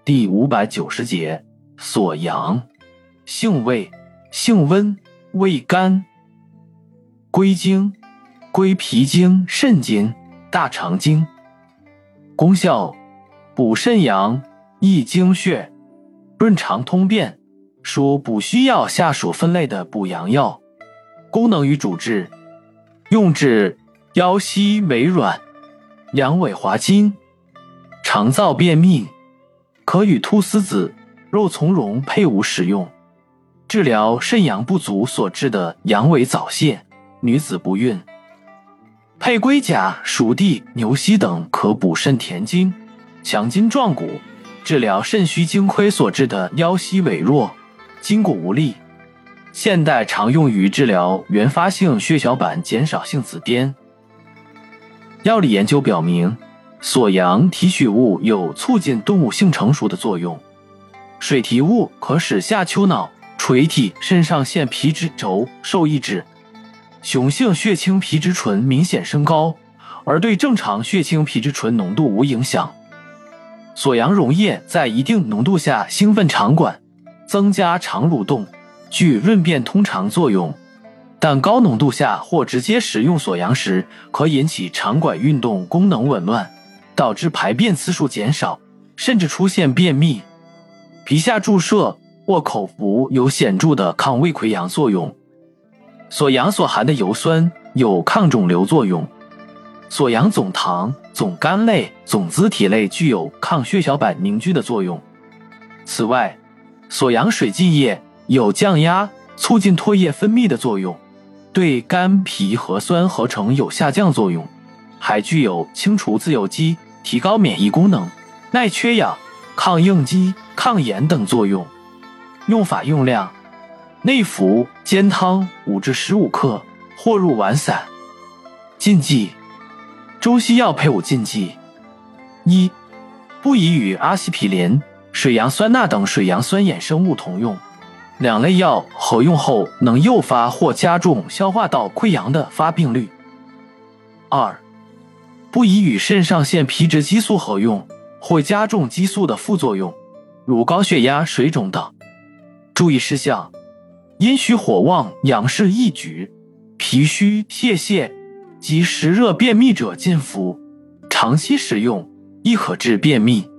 第590节，锁阳，性味，性温，味甘。归经，归脾经、肾经、大肠经。功效，补肾阳，益精血，润肠通便，属补虚药下属分类的补阳药。功能与主治，用治腰膝痿软、阳痿滑筋、肠燥便秘，可与菟丝子、肉苁蓉配伍使用，治疗肾阳不足所致的阳痿早泄、女子不孕。配龟甲、熟地、牛膝等可补肾填精、强筋壮骨，治疗肾虚精亏所致的腰膝痿弱、筋骨无力。现代常用于治疗原发性血小板减少性紫癜。药理研究表明，锁阳提取物有促进动物性成熟的作用。水提物可使下丘脑、垂体、肾上腺皮质轴受抑制，雄性血清皮质醇明显升高，而对正常血清皮质醇浓度无影响。锁阳溶液在一定浓度下兴奋肠管，增加肠蠕动，具润便通肠作用，但高浓度下或直接食用锁阳时，可引起肠管运动功能紊乱，导致排便次数减少，甚至出现便秘。皮下注射或口服有显著的抗胃溃疡作用。锁阳所含的油酸有抗肿瘤作用。锁阳总糖、总苷类、总甾体类具有抗血小板凝聚的作用。此外，锁阳水浸液有降压、促进唾液分泌的作用，对肝脾核酸合成有下降作用，还具有清除自由基、提高免疫功能、耐缺氧、抗应激、抗炎等作用。用法用量，内服煎汤5至15克，或入丸散。禁忌，中西药配伍禁忌：一、不宜与阿司匹林、水杨酸钠等水杨酸衍生物同用，两类药合用后能诱发或加重消化道溃疡的发病率。二、不宜与肾上腺皮质激素合用，会加重激素的副作用，如高血压、水肿等。注意事项：阴虚火旺、阳势易举、脾虚、泄泻及湿热便秘者禁服，长期使用亦可致便秘。